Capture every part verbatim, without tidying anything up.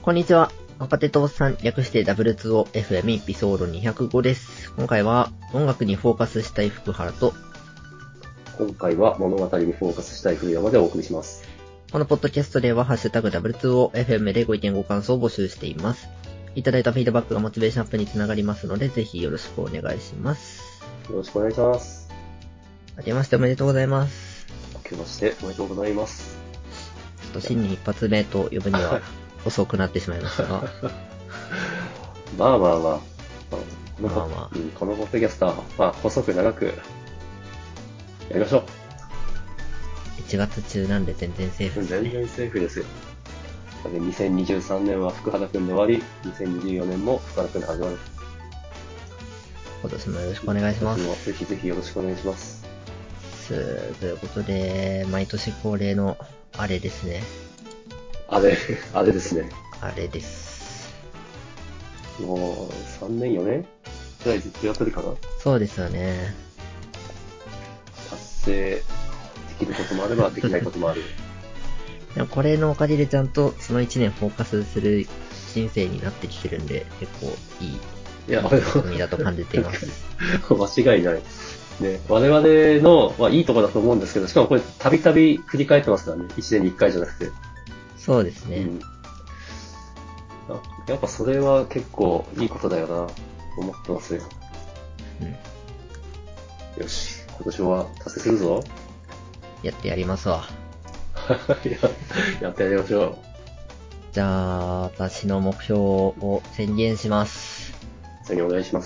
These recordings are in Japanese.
こんにちは。若手とさん略して ダブリューツーオーエフエム エピソードにひゃくごです。今回は音楽にフォーカスしたい福原と、 今回は物語にフォーカスしたい古山でお送りします。 このポッドキャストではハッシュタグ ダブリューツーオーエフエム でご意見ご感想を募集しています。いただいたフィードバックがモチベーションアップにつながりますので、ぜひよろしくお願いします。 よろしくお願いします。 明けましておめでとうございます。 明けましておめでとうございます。 ちょっと新年一発目と呼ぶには遅くなってしまいましたが。 まあまあまあ。このまあまあ、 うん、このポッドキャストは、まあ、細く長くやりましょう。 いちがつ中なんで全然セーフですね。 全然セーフですよ。でにせんにじゅうさんねんは福原くんで終わり、にせんにじゅうよねんも福原くんで始まる。 今年もよろしくお願いします。 今年もぜひぜひよろしくお願いします。 ということで、毎年恒例のあれですね。 あれ、あれですね。 あれです。 もうさんねんよねんくらいずっとやってるかな。 そうですよね。 達成できることもあればできないこともある。 でもこれのおかげでちゃんとそのいちねんフォーカスする人生になってきてるんで、結構いい、 いや、 取り組みだと感じています。 間違いない。ね、我々の、まあ、いいところだと思うんですけど、しかもこれ、たびたび振り返ってますからね。いちねんにいっかいじゃなくて。 そうですね。 うん。やっぱそれは結構いいことだよな、思ってますよ。 うん。 よし、今年は達成するぞ。 やってやりますわ。 や、やってやりましょう。 じゃあ、私の目標を宣言します。 宣言お願いします。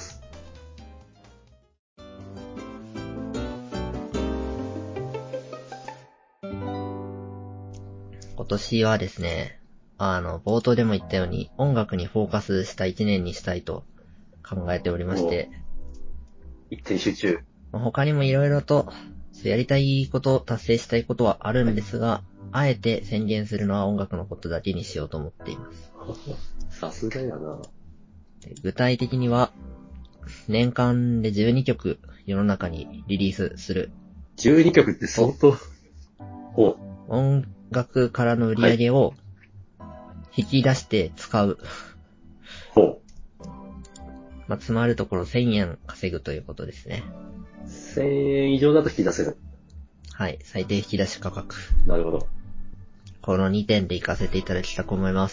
今年はですね、あの、冒頭でも言ったように音楽にフォーカスしたいちねんにしたいと考えておりまして、 一点集中。 他にもいろいろとやりたいこと、達成したいことはあるんですが、あえて宣言するのは音楽のことだけにしようと思っています。 さすがやな。 具体的には、年間でじゅうにきょく世の中にリリースする。 じゅうにきょくって相当。ほう。音楽からの売り上げを引き出して使う。 ほう。 まあ、つまるところせんえん稼ぐということですね。 せんえん以上だと引き出せる。 はい。最低引き出し価格。 なるほど。 このにてんで行かせていただきたく思います。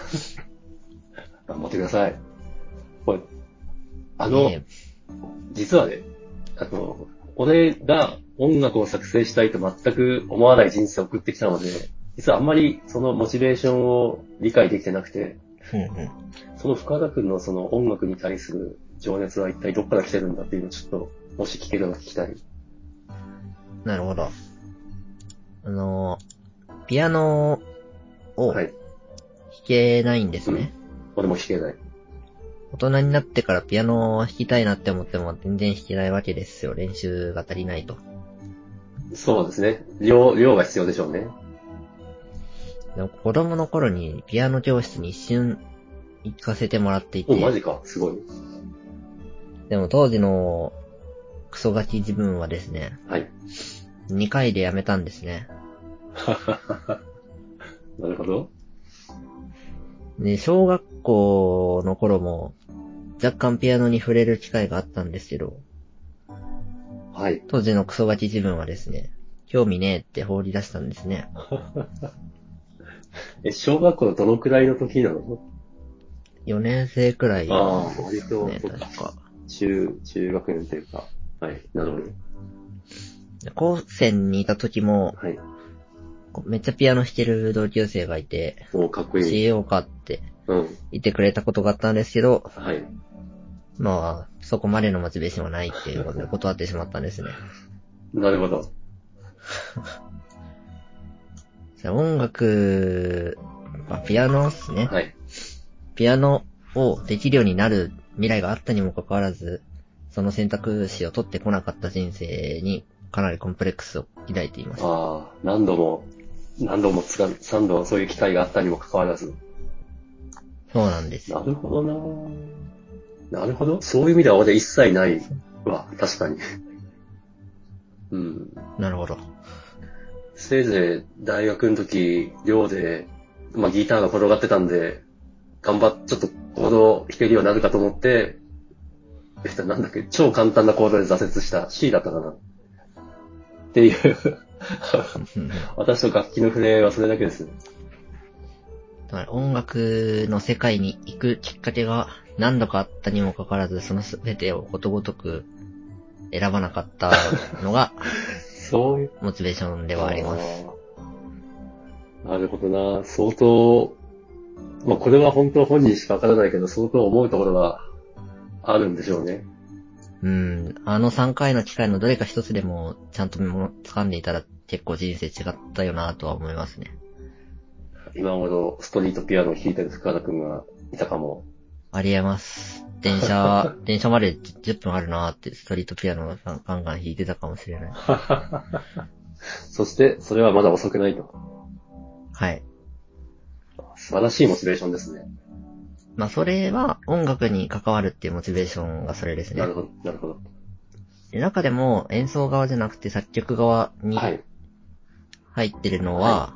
頑張ってください。これ、あの、 えー、 実はね、あの、俺が音楽を作成したいと全く思わない人生を送ってきたので、実はあんまりそのモチベーションを理解できてなくて、 うんうん、 その深田くんのその音楽に対する情熱は一体どっから来てるんだっていうのをちょっと、もし聞ければ聞きたい。 なるほど。あの、ピアノを弾はい。 けないんですね。 うん、俺も弾けない。 大人になってからピアノを弾きたいなって思っても全然弾けないわけですよ。練習が足りないと。 そうですね。量、量が必要でしょうね。 でも子供の頃にピアノ教室に一瞬行かせてもらっていお、 て。 マジか。すごい。 でも当時のクソガキ自分はですね、 はい。 にかいでやめたんですね。 なるほど。 で、小学校の頃も若干ピアノに触れる機会があったんですけど、 はい。 当時のクソガキ自分はですね、興味ねえって放り出したんですね。 え、小学校のどのくらいの時なの？ よねん生くらいでああ、割すね、 と、そう確か。 中、中学年というか。はい。なるほど。 高専にいた時も、 はい。 めっちゃピアノ弾ける同級生がいて、 おー、かっこいい。 教えようかってうん。 言ってくれたことがあったんですけど、 はい。 まあ、そこまでのモチベーションはないっていうことで断ってしまったんですね。 なるほど。 じゃあ音楽、まあ、ピアノっすね。 はい。 ピアノをできるようになる未来があったにもかかわらず、その選択肢を取ってこなかった人生にかなりコンプレックスを抱いています。 ああ、何度も、何度もつか、三度そういう機会があったにもかかわらず。 そうなんですよ。 なるほどな。なるほど。そういう意味では俺一切ないわ。確かに。うん。 なるほど。 せいぜい大学の時、寮でまあギターが転がってたんで、頑張っ、ちょっとコードを弾けるようになるかと思って、えっと、なんだっけ、超簡単なコードで挫折した C だったかな。っていう私と楽器の触れはそれだけです。 だから音楽の世界に行くきっかけが何度かあったにもかかわらず、その全てをことごとく選ばなかったのが、 そういう。 モチベーションではあります。 なるほどな。相当、まあこれは本当本人しかわからないけど、相当思うところがあるんでしょうね。 うん。あのさんかいの機会のどれか一つでもちゃんと掴んでいたら結構人生違ったよなとは思いますね。 今頃ストリートピアノを弾いてる深田くんがいたかも。 ありえます。電車、電車までじゅっぷんあるなーってストリートピアノをガンガン弾いてたかもしれない。 そして、それはまだ遅くないと。 はい。 素晴らしいモチベーションですね。 まあそれは音楽に関わるっていうモチベーションがそれですね。 なるほど、なるほど。 で中でも演奏側じゃなくて作曲側に入ってるのは、はい、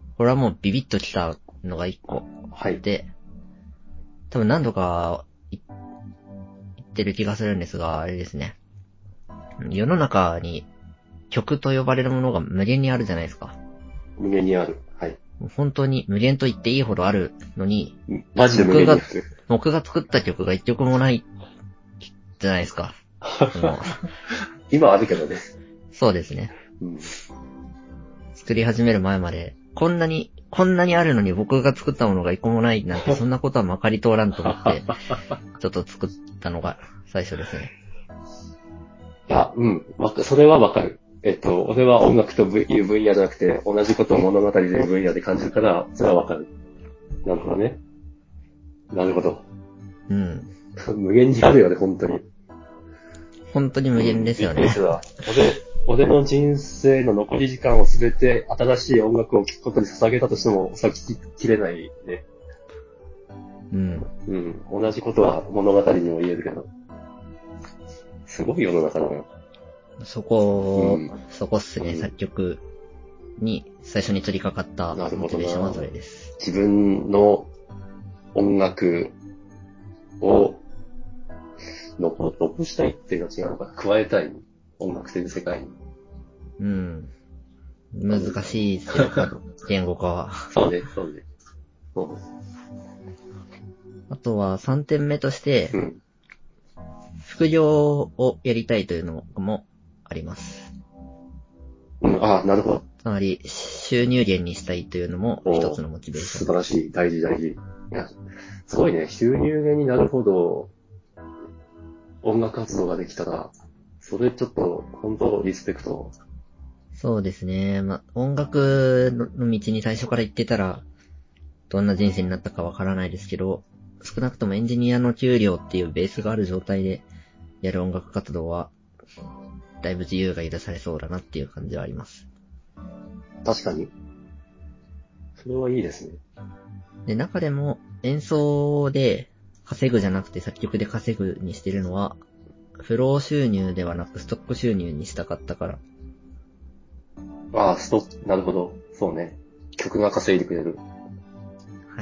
これはもうビビッときたのが一個。 はい。 で、多分何度か言ってる気がするんですが、あれですね。世の中に曲と呼ばれるものが無限にあるじゃないですか。 無限にある。はい。 本当に無限と言っていいほどあるのに、 マジで無限にある。 僕が作った曲が一曲もないじゃないですか。 今あるけどね。 そうですね。 うん、 作り始める前まで、こんなに、こんなにあるのに僕が作ったものが一個もないなんて、そんなことはまかり通らんと思って、ちょっと作ったのが最初ですね。 いや、うん。それはわかる。えっと、俺は音楽という分野じゃなくて、同じことを物語という分野で感じるから、それはわかる。なるほどね。なるほど。 うん。 無限にあるよね、本当に。 本当に無限ですよね。 うん、びっくりした。俺、俺の人生の残り時間をすべて新しい音楽を聴くことに捧げたとしても、さききれないね。 うん。 うん。同じことは物語にも言えるけど。すごい世の中だな。 そこ、 うん、 そこっすね、 うん、 作曲に最初に取り掛かったモチベーションはそれです。 自分の音楽を残残したいっていうのは違うのかな。加えたい。音楽という世界に。 うん。難しいですよ、言語化は。 そうね、そうね。そう。 あとはさんてんめとして、 うん、 副業をやりたいというのもあります。 うん、ああ、なるほど。 つまり、収入源にしたいというのも一つのモチベーション。 素晴らしい。大事大事。いや、すごいね。収入源になるほど、音楽活動ができたら、それちょっと、本当リスペクト。 そうですね。まあ、音楽の道に最初から行ってたら、どんな人生になったかわからないですけど、少なくともエンジニアの給料っていうベースがある状態でやる音楽活動は、だいぶ自由が許されそうだなっていう感じはあります。 確かに。それはいいですね。 で、中でも演奏で稼ぐじゃなくて作曲で稼ぐにしてるのは、フロー収入ではなくストック収入にしたかったから。 ああ、ストック、なるほど。そうね。曲が稼いでくれる。 はい。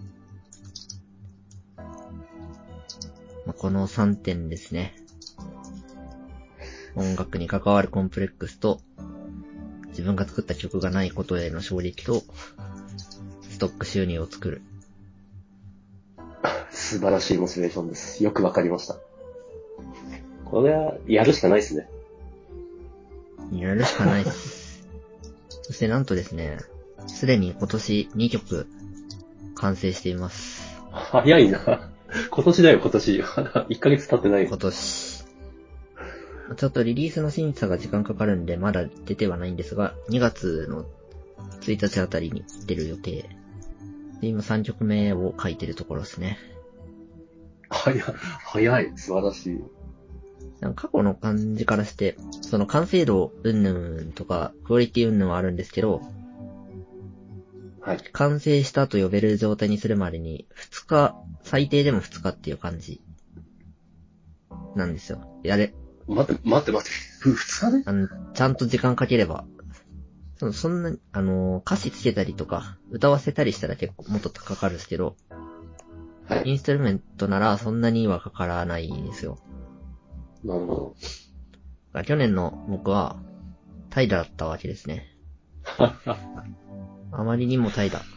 まあ、このさんてんですね。音楽に関わるコンプレックスと、自分が作った曲がないことへの衝撃と、ストック収入を作る。 素晴らしいモチベーションです。よくわかりました。これは、やるしかないですね。 やるしかないです。そしてなんとですね、すでに今年にきょく完成しています。 早いな。今年だよ、今年。いっかげつ経ってない。 今年。ちょっとリリースの審査が時間かかるんで、まだ出てはないんですが、にがつのついたちあたりに出る予定。で、今さんきょくめを書いてるところですね。 早い、早い、素晴らしい。 過去の感じからして、その完成度云々とか、クオリティ云々はあるんですけど、 はい。 完成したと呼べる状態にするまでに、ふつか、最低でもふつかっていう感じ、なんですよ。やれ。 待って、待って、待って。ふつかであの、ちゃんと時間かければ。 そそんな、あの、歌詞つけたりとか、歌わせたりしたら結構もっとかかるんですけど、 はい。 インストゥルメントならそんなにはかからないんですよ。 なるほど。 だから去年の僕は、怠惰だったわけですね。あまりにも怠惰。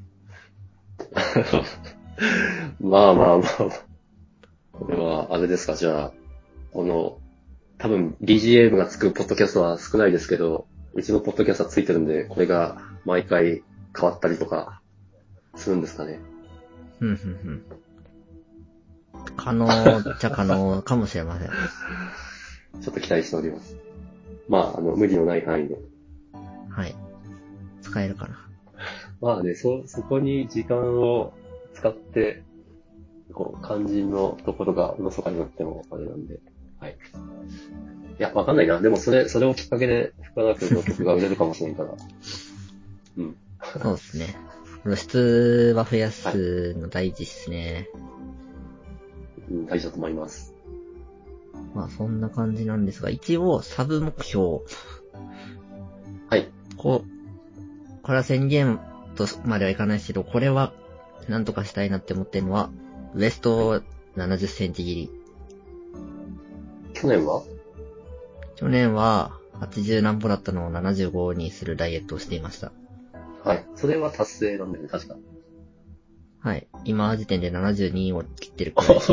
まあまあまあ。これは、あれですか、じゃあ、この、多分 ビージーエム がつくポッドキャストは少ないですけど、うちのポッドキャストはついてるんで、これが毎回変わったりとか、するんですかね。 ふんふんふん。可能じゃ可能かもしれません。 ちょっと期待しております。まあ、あの、無理のない範囲で。 はい。使えるかな。 まあね、そ、そこに時間を使って、こう、肝心のところがおろそかになってもあれなんで、はい。いや、わかんないな。でもそれ、それをきっかけで、深田君の曲が売れるかもしれんから。うん。 そうですね。露出は増やはい。 すの大事っすね。 うん、大事だと思います。 まあそんな感じなんですが、一応サブ目標。 はい。 こう、これは宣言とまではいかないですけど、これはなんとかしたいなって思ってるのは、ウエストななじゅっセンチ切り。 去年は去年ははちじゅう何歩だったのをななじゅうごにするダイエットをしていました。 はい。それは達成なんだよね、確か。 はい。今時点でななじゅうにを切ってるくらいです。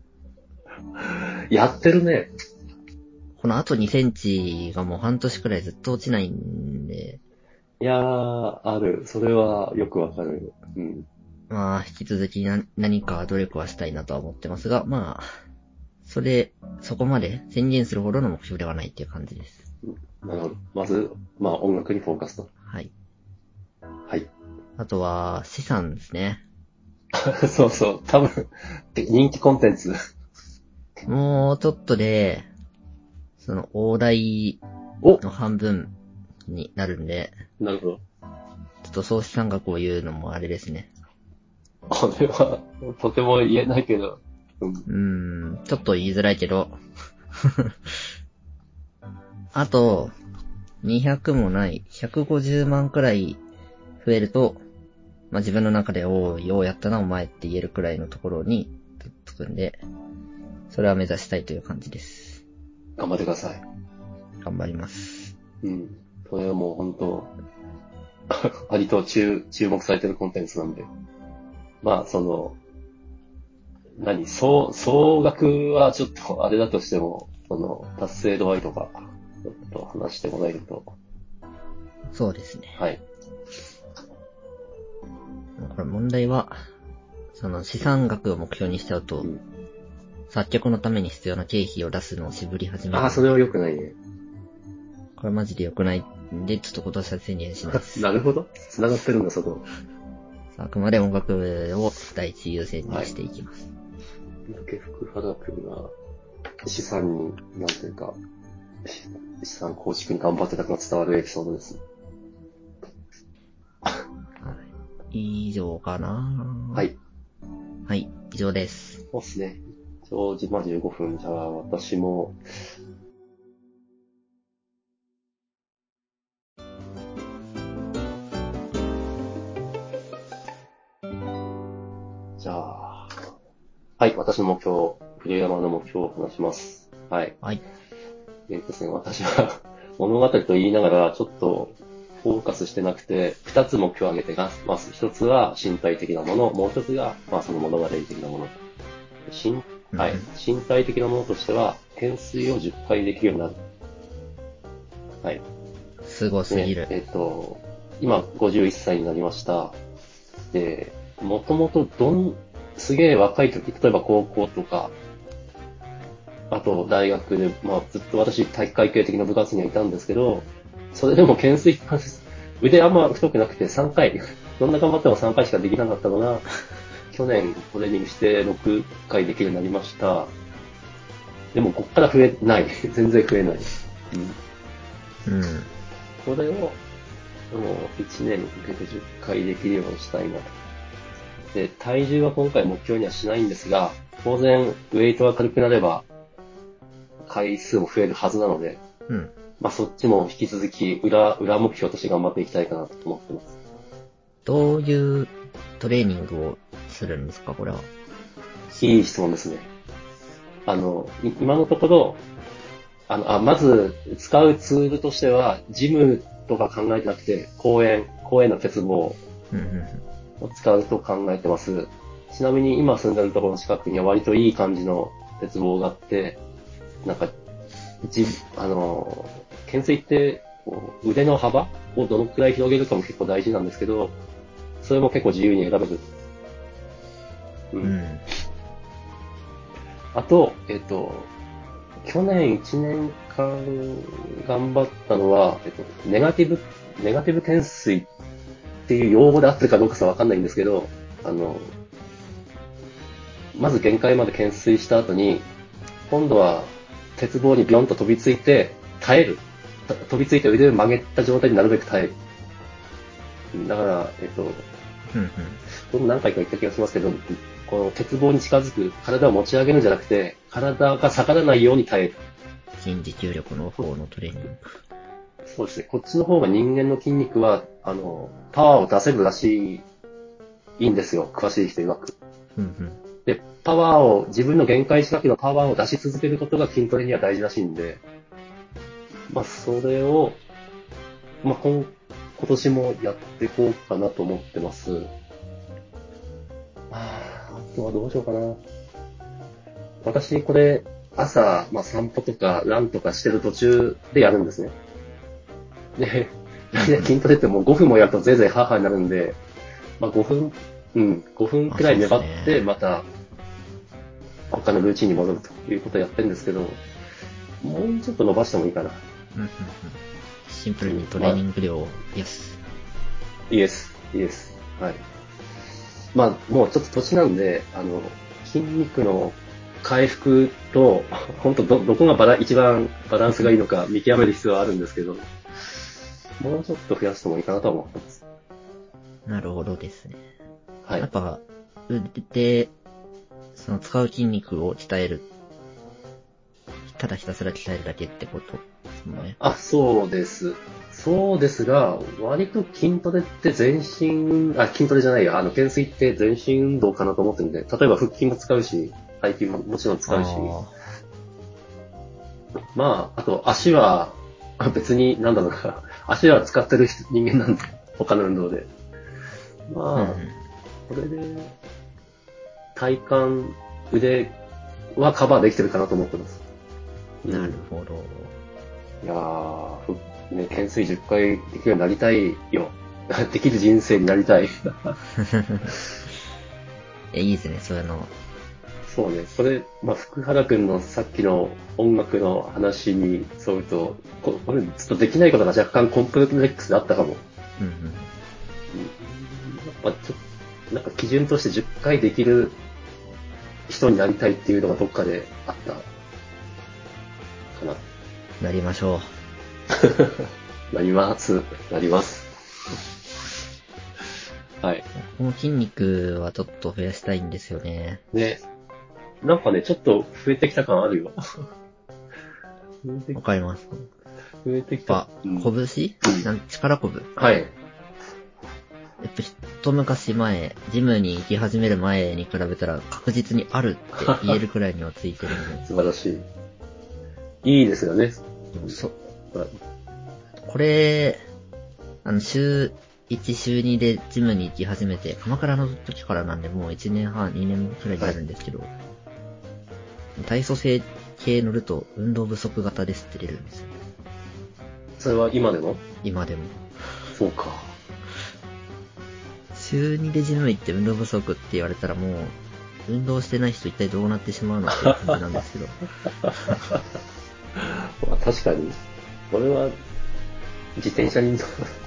やってるね。 このあとにセンチがもう半年くらいずっと落ちないんで、 いやー、ある。それはよくわかる。うん。 まあ、引き続きな何か努力はしたいなとは思ってますが、まあ、それ、そこまで宣言するほどの目標ではないっていう感じです。 なるほど。まず、まあ音楽にフォーカスと。 はい。 はい。 あとは、資産ですね。 そうそう。多分、人気コンテンツ。 もうちょっとで、その、大台おの半分になるんで、 なるほど。 ちょっと総資産額を言うのもあれですね。 これは、とても言えないけど。うん。 うーん、ちょっと言いづらいけど、あと、にひゃくもない、ひゃくごじゅうまんくらい増えると、まあ、自分の中で、おー、ようやったなお前って言えるくらいのところにつくんで、それは目指したいという感じです。 頑張ってください。 頑張ります。 うん。それはもう本当、割と注、注目されてるコンテンツなんで。まあ、その、何、総、総額はちょっとあれだとしても、その、達成度合いとか、ちょっと話してもらえると。 そうですね。 はい。 これ問題は、その資産額を目標にしちゃうと、 うん。 作曲のために必要な経費を出すのを渋り始める。 ああ、それは良くないね。 これマジで良くないんで、ちょっと今年は宣言しないです。 なるほど。繋がってるんだ、そこ。 あくまで音楽を第一優先にしていきます。 竹福原くんが資産に、なんていうか、資産構築に頑張ってたのが伝わるエピソードですね。 はい、以上かな。 はい。 はい、以上です。 そうっすね。ちょうど、まあ、じゅうごふん。じゃあ、私も、じゃあ、はい、私の目標、栗山の目標を話します。はい。 はい。 えっとですね、私は物語と言いながら、ちょっとフォーカスしてなくて、二つ目標を挙げてます。一つは身体的なもの、もう一つが、まあ、その物語的なもの。身、はい。身体的なものとしては、懸垂をじゅっかいできるようになる。はい。 すごすぎる。 ね、えっと、今ごじゅういっさいになりました。で、もともとどん、すげえ若い時、例えば高校とか、あと大学で、まあずっと私体育会系的な部活にはいたんですけど、それでも懸垂、腕あんま太くなくてさんかい、どんな頑張ってもさんかいしかできなかったのが、去年トレーニングしてろっかいできるようになりました。でもこっから増えない。全然増えない。 うん。うん。 これを、もういちねんかけてじゅっかいできるようにしたいなと。で、体重は今回目標にはしないんですが、当然、ウェイトが軽くなれば、回数も増えるはずなので、 うん。 まあそっちも引き続き裏、裏目標として頑張っていきたいかなと思ってます。 どういうトレーニングをするんですか、これは。 いい質問ですね。あの、今のところ、あの、あ、まず使うツールとしては、ジムとか考えてなくて、公園、公園の鉄棒を使うと考えてます。ちなみに今住んでるところの近くには割といい感じの鉄棒があって、なんか、じ、あの、懸垂って腕の幅をどのくらい広げるかも結構大事なんですけど、それも結構自由に選べる。うん。うん、あと、えっと、去年いちねんかん頑張ったのは、えっと、ネガティブ、ネガティブ懸垂っていう用語であってるかどうかさわかんないんですけど、あの、まず限界まで懸垂した後に、今度は鉄棒にビョンと飛びついて耐える。飛びついて腕を曲げた状態でなるべく耐える。だから、えっと、うんうん、これ何回か言った気がしますけど、この鉄棒に近づく、体を持ち上げるんじゃなくて、体が下がらないように耐える。 筋持久力の方のトレーニング。 そうですね。こっちの方が人間の筋肉は、あの、パワーを出せるらしい、いいんですよ。詳しい人曰く。 うんうん、 で、パワーを、自分の限界近くのパワーを出し続けることが筋トレには大事らしいんで、まあ、それを、まあ、今、今年もやっていこうかなと思ってます。ああとはどうしようかな。私、これ、朝、まあ、散歩とか、ランとかしてる途中でやるんですね。で、筋トレってもうごふんもやるとぜいぜいハーハーになるんで、まあ、ごふん、うん、ごふんくらい粘って、また、他のルーチンに戻るということをやってるんですけど、もうちょっと伸ばしてもいいかな。 うんうんうん、シンプルにトレーニング量を増やす。 いいです。いいです。はい。まあ、もうちょっと年なんで、あの、筋肉の回復と、本当ど、どこがバラ、一番バランスがいいのか見極める必要はあるんですけど、もうちょっと増やしてもいいかなと思ってます。 なるほどですね。 はい。 やっぱ、腕、その使う筋肉を鍛える。ただひたすら鍛えるだけってことですもんね。 あ、そうです。そうですが、割と筋トレって全身、あ、筋トレじゃないや、あの、懸垂って全身運動かなと思ってるんで、例えば腹筋も使うし、背筋ももちろん使うし、まあ、あと足は、別に、なんだろうな、足は使ってる人間なんで、他の運動で。まあ、うん、これで、体幹、腕はカバーできてるかなと思ってます。 なるほど。 いやー、ね、懸垂じゅっかいできるようになりたいよ。できる人生になりたい。 え、いいですね、そういうの。 そうね、それ、まあ、福原くんのさっきの音楽の話に沿うと、ここれずっとできないことが若干コンプレックスであったかも。うんうん、やっぱちょっと、なんか基準としてじゅっかいできる人になりたいっていうのがどっかであったかな。 なりましょう。なります。なります。はい。 この筋肉はちょっと増やしたいんですよね。 ね。なんかね、ちょっと増えてきた感あるよ。 わかります。 増えてきた。 あ、拳、うん、なん力こぶ。 はい。 えっと、一昔前、ジムに行き始める前に比べたら確実にあるって言えるくらいにはついてるんで。 素晴らしい。いいですよね。 そ、これ、あの、週いち、週にでジムに行き始めて、鎌倉の時からなんでもういちねんはん、にねんくらいになるんですけど、はい、体組成系乗ると運動不足型ですって出るんですよ。 それは今でも？ 今でも。 そうか。 週にでジム行って運動不足って言われたらもう、運動してない人一体どうなってしまうのって感じなんですけど。 まあ、確かに。俺は、自転車に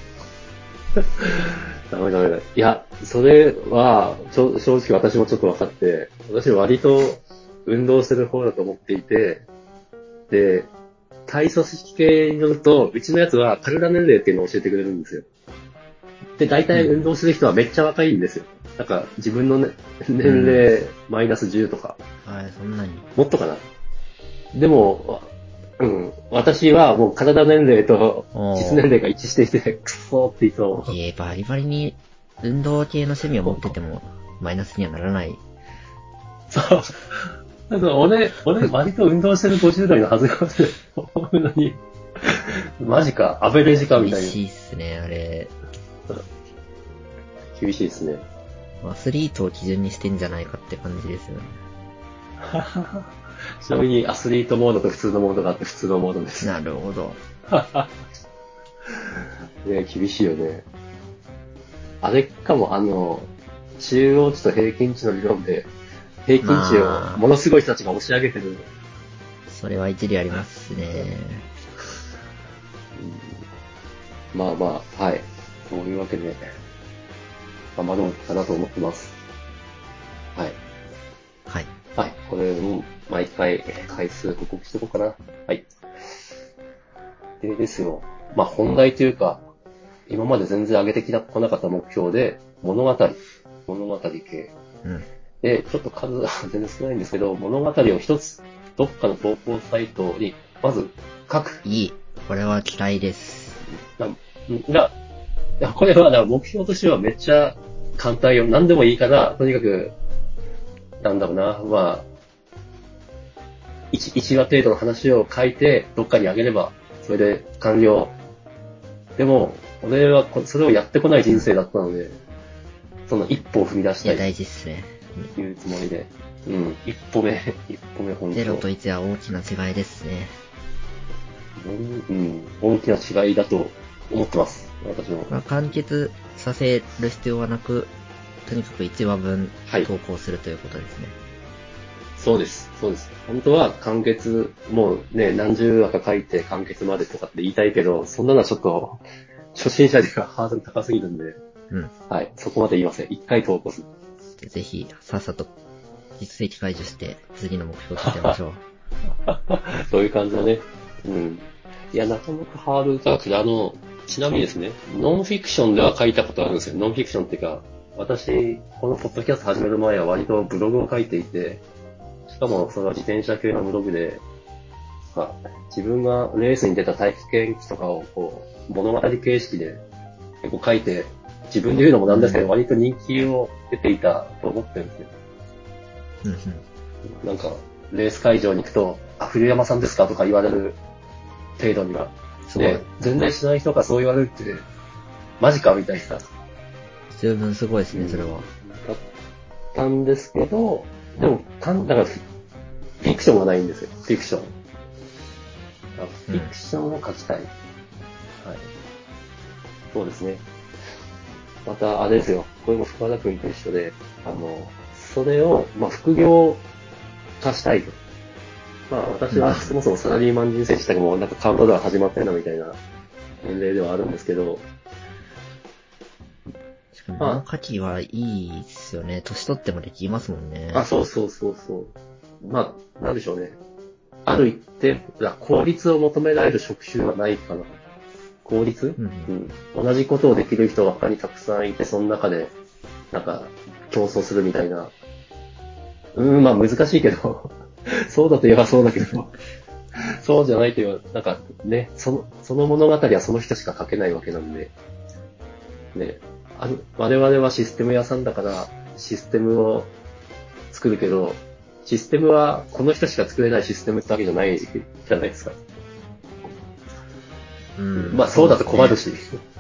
ダメダメだ。いや、それは、正直私もちょっと分かって、私は割と運動する方だと思っていて、で、体組織系によると、うちのやつはカルダ年齢っていうのを教えてくれるんですよ。で、大体運動する人はめっちゃ若いんですよ。なんか自分の、ね、年齢マイナスじゅうとか。 はい、そんなに。 もっとかな。でも、 うん。私はもう体年齢と実年齢が一致していて、クソって言いそう。 いえ、バリバリに運動系の趣味を持っててもマイナスにはならない。 そう。なんか俺、俺割と運動してるごじゅう代のはずが思うのに、マジか、アベレージかみたいな。 厳しいっすね、あれ。 厳しいですね。 アスリートを基準にしてんじゃないかって感じですよね。 ちなみにアスリートモードと普通のモードがあって普通のモードです。 なるほど。 ね、厳しいよね。あれかも、あの、中央値と平均値の理論で、平均値をものすごい人たちが押し上げてる。まあ、それは一理ありますね。 うん、まあまあ、はい。そういうわけで、頑張ろうかなと思ってます。はい。 はい。 はい。これも毎回回数報告しておこうかな。はい。でですよ。まあ本題というか、今まで全然上げてきこなかった目標で、物語。物語系。 うん。 で、ちょっと数は全然少ないんですけど、物語を一つ、どっかの投稿サイトに、まず書く。 いい。これは嫌いです。 な、な、いやこれは、目標としてはめっちゃ簡単よ。何でもいいから、とにかく、なんだろうな、まあ、一、一話程度の話を書いて、どっかにあげれば、それで完了。でも、俺はそれをやってこない人生だったので、その一歩を踏み出したい。 いや、大事っすね。 というつもりで。うん、一歩目、一歩目本当。 ゼロといちは大きな違いですね。 うん、大きな違いだと思ってます。私も。 まあ、完結させる必要はなく、とにかくいちわぶん投稿するということですね。はい、 そうです。そうです。本当は完結、もうね、何十話か書いて完結までとかって言いたいけど、そんなのはちょっと、初心者ではハードル高すぎるんで、 うん。 はい、そこまで言いません。一回投稿する。 ぜひ、さっさと実績解除して、次の目標を立てましょう。 そういう感じだね。うん。いや、なかなかハードル高くて、あの、ちなみにですね、ノンフィクションでは書いたことあるんですよ。ノンフィクションっていうか、私、このポッドキャスト始める前は割とブログを書いていて、しかもその自転車系のブログで、自分がレースに出た体験記とかをこう物語形式で結構書いて、自分で言うのもなんですけど、割と人気を得ていたと思ってるんですよ。 うんうん。 なんか、レース会場に行くと、あ、古山さんですかとか言われる程度には。で、全然知らない人がそう言われるって、マジかみたいな。 十分すごいですね、それは。だったんですけど、でも、たんだから、フィクションがないんですよ、フィクション。フィクションを書きたい。うん、はい。そうですね。また、あれですよ。これも深田君と一緒で、あの、それを、まあ、副業化したいと。まあ、私はそもそもサラリーマン人生自体もなんかカウントダウン始まってるなみたいな年齢ではあるんですけど。 しかも、この書きはいいっすよね。年取ってもできますもんね。 あ、そうそうそうそう。まあ、なんでしょうね。ある一定、効率を求められる職種はないかな。効率、うんうん、同じことをできる人が他にたくさんいて、その中で、なんか、競争するみたいな。うーん、まあ難しいけど、そうだと言えばそうだけど、そうじゃないと言えば、なんかね、その、その物語はその人しか書けないわけなんで、ね、あの我々はシステム屋さんだから、システムを作るけど、システムはこの人しか作れないシステムってわけじゃないじゃないですか。 うん、 まあそうだと困るし。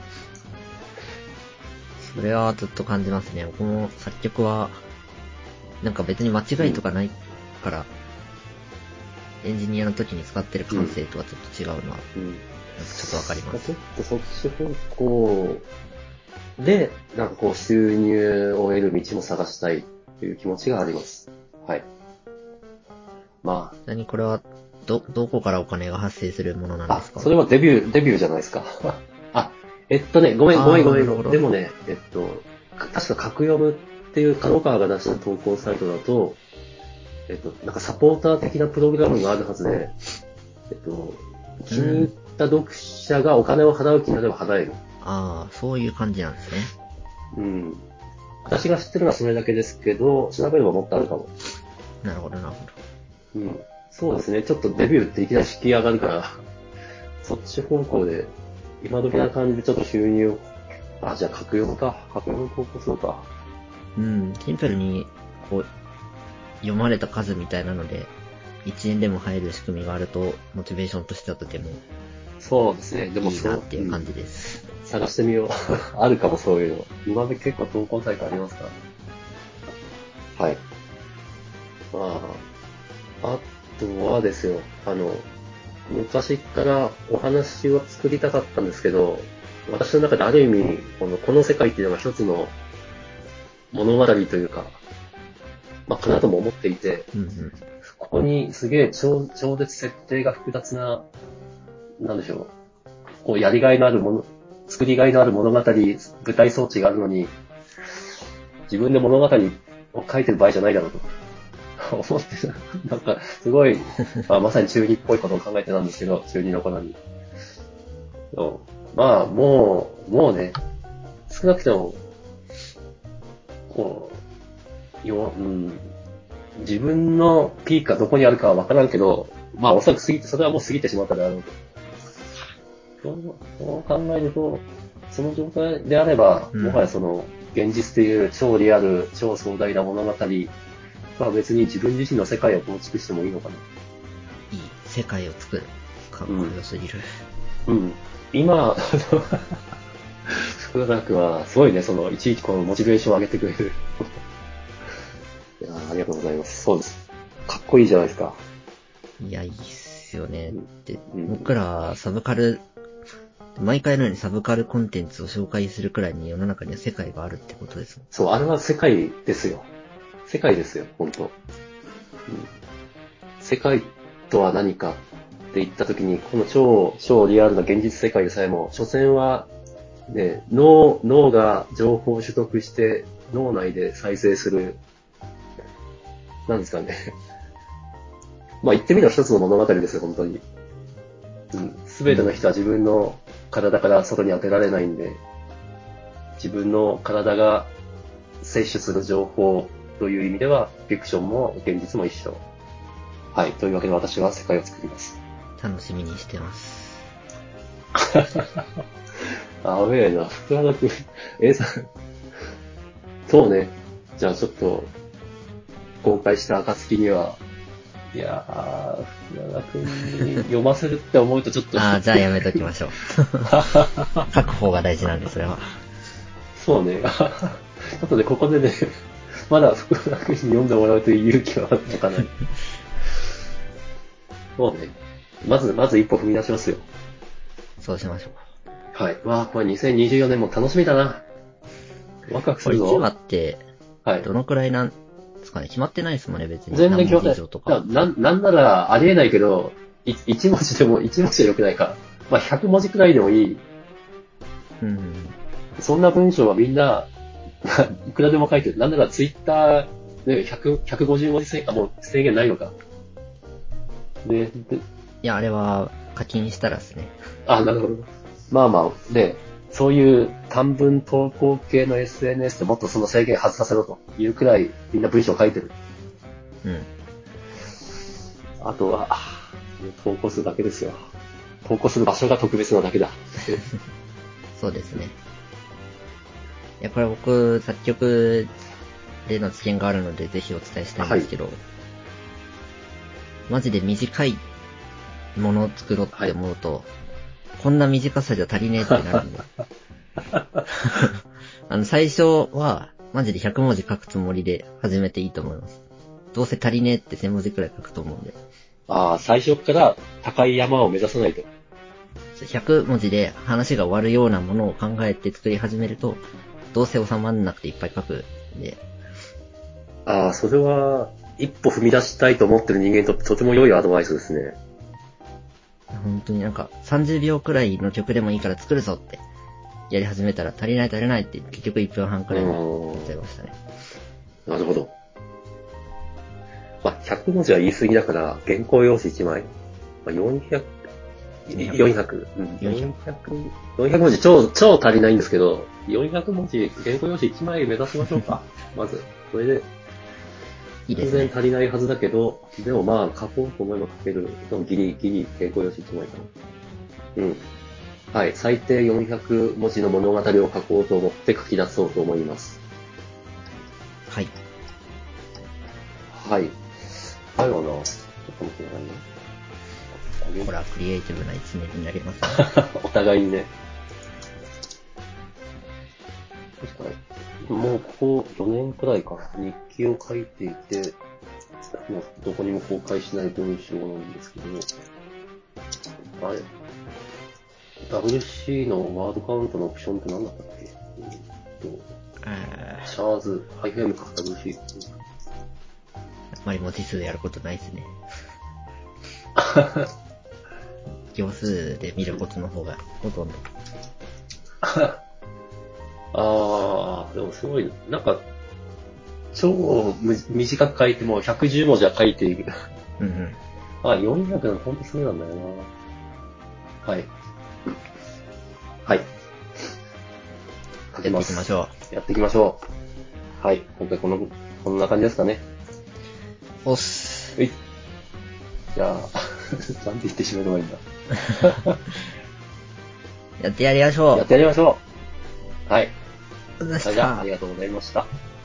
それはずっと感じますね。僕も作曲は、なんか別に間違いとかないから、うん、エンジニアの時に使ってる感性とはちょっと違うのは、うん、なんかちょっとわかります。 ちょっとそっち方向で、なんかこう収入を得る道も探したいという気持ちがあります。はい。まあ。 何これは、ど、どこからお金が発生するものなんですか？ あ、それはデビュー、デビューじゃないですか。あ、えっとね、ごめんごめんごめん。でもね、えっと、確か格読むっていう角川が出した投稿サイトだと、えっと、なんかサポーター的なプログラムがあるはずで、えっと、気に入った読者がお金を払う気になれば払える。 ああ、そういう感じなんですね。 うん。私が知ってるのはそれだけですけど、調べればもっとあるかも。 なるほど、なるほど。うん。 そうですね。ちょっとデビューっていきなり敷き上がるから、そっち方向で、今時な感じでちょっと収入を、あ、じゃあ格読むか。格読む高校するか。 うん、シンプルに、こう、読まれた数みたいなので、いちえんでも入る仕組みがあると、モチベーションとしてはとてもそうですね。でもいいなっていう感じです。 うん、探してみよう。あるかもそういうの。今まで結構投稿サイトありますから。はい。まあ、あとはですよ、あの、昔からお話を作りたかったんですけど、私の中である意味、このこの世界っていうのが一つの物語というか、まあ、かなとも思っていて、 うんうん、 ここにすげえ超、超絶設定が複雑な、なんでしょう、こうやりがいのあるもの、作りがいのある物語、舞台装置があるのに、自分で物語を書いてる場合じゃないだろうと思って、なんかすごい、まあ、まさに中二っぽいことを考えてたんですけど、中二の頃に。まあ、もう、もうね、少なくとも、こう、よ、うん、自分のピークがどこにあるかはわからんけど、まあ、おそらく過ぎて、それはもう過ぎてしまったであろうと。そうそう考えると、その状態であれば、 うん、 もはやその、現実という超リアル、超壮大な物語は別に自分自身の世界を構築してもいいのかな。 いい世界を作る。かっこよすぎる。 うん。うん、今、福田君はすごいね、その、いちいちこのモチベーションを上げてくれる。いやありがとうございます。そうです。かっこいいじゃないですか。 いや、いいっすよね。で、 うん、 僕らサブカル、毎回のようにサブカルコンテンツを紹介するくらいに世の中には世界があるってことですもん。 そう、あれは世界ですよ。世界ですよ、本当、うん、世界とは何かって言ったときに、この超、超リアルな現実世界でさえも、所詮は、ね、脳、脳が情報を取得して脳内で再生する、なんですかね。まあ言ってみれば一つの物語ですよ、本当に。す、べての人は自分の体から外に当てられないんで、自分の体が摂取する情報という意味では、フィクションも現実も一緒。はい。というわけで私は世界を作ります。 楽しみにしてます。 あウェーな。福原くん、A さん。そうね。じゃあちょっと、公開した暁には、いやー、福原くんに読ませるって思うとちょっと。 ああ、じゃあやめときましょう。書く方が大事なんで、それは。 そうね。ちょっとね、ここでね、まだ福原くんに読んでもらうという勇気はあったかない。そうね。まず、まず一歩踏み出しますよ。 そうしましょう。 はい。わあ、これにせんにじゅうよねんも楽しみだな。ワクワクするぞ。 これいちわって、 はい。 どのくらいなんですかね、決まってないですもんね、別に。 全然何文字決まって以上とか。 ない。な、なんならありえないけど、い一文字でも、一文字は良くないか。まあ、ひゃく文字くらいでもいい。 うん。 そんな文章はみんな、いくらでも書いてる。なんならツイッター、ね、ひゃく、ひゃくごじゅう文字制限、あ、もう制限ないのか。で、で、 いや、あれは課金したらですね。 あ、なるほど。まあまあ、で、そういう短文投稿系の エスエヌエス でもっとその制限外させろというくらいみんな文章を書いてる。 うん。 あとは、投稿するだけですよ。投稿する場所が特別なだけだ。 そうですね。いや、これ僕、作曲での知見があるので、ぜひお伝えしたいんですけど、はい、マジで短いものを作ろうって思うと、はい、こんな短さじゃ足りねえってなるんで。あの、最初は、マジでひゃく文字書くつもりで始めていいと思います。どうせ足りねえってせん文字くらい書くと思うんで。 ああ、最初から高い山を目指さないと。 ひゃく文字で話が終わるようなものを考えて作り始めると、どうせ収まんなくていっぱい書くんで。 ああ、それは、一歩踏み出したいと思ってる人間にとってとても良いアドバイスですね。 本当になんかさんじゅうびょうくらいの曲でもいいから作るぞってやり始めたら足りない足りないって結局いっぷんはんくらいになっちゃいましたね。なるほど。まあ、ひゃく文字は言い過ぎだから原稿用紙いちまい。まあ、よんひゃく、よんひゃく、うん、よんひゃく、よんひゃく文字超、超足りないんですけど、よんひゃく文字原稿用紙いちまい目指しましょうか。まず、それで、 いいですね。 全然足りないはずだけど、でもまあ書こうと思えば書ける。でもギリギリ原稿用紙いちまいかな。うん。はい。最低よんひゃくもじの物語を書こうと思って書き出そうと思います。 はい。 はい。最後な、ちょっと待ってくださいね。 これはクリエイティブな一年になりますね。 お互いにね。確かに。もうここよねんくらいかな。日記を書いていて、もうどこにも公開しない文章なんですけど、あれ ダブリューシー のワードカウントのオプションって何だったっけ？えーっと、シャーズ、ハイフェムか ダブリューシー。 あまり文字数やることないですね。行数で見ることの方がほとんど。 あー、でもすごい、なんか、超む短く書いてもひゃくじゅうもじは書いている。 うんうん。 あ、よんひゃくのほんとすごいなんだよな。はい。はい。書けやっます。 ていきましょやっていきましょう。はい。今回この、こんな感じですかね。 う。おっす。 はい。じゃあ、なんて言ってしまえばいいんだ。 やってやりましょう。 やってやりましょう。はい。 ありがとうございましそれじゃあ、あたり。がとうございました。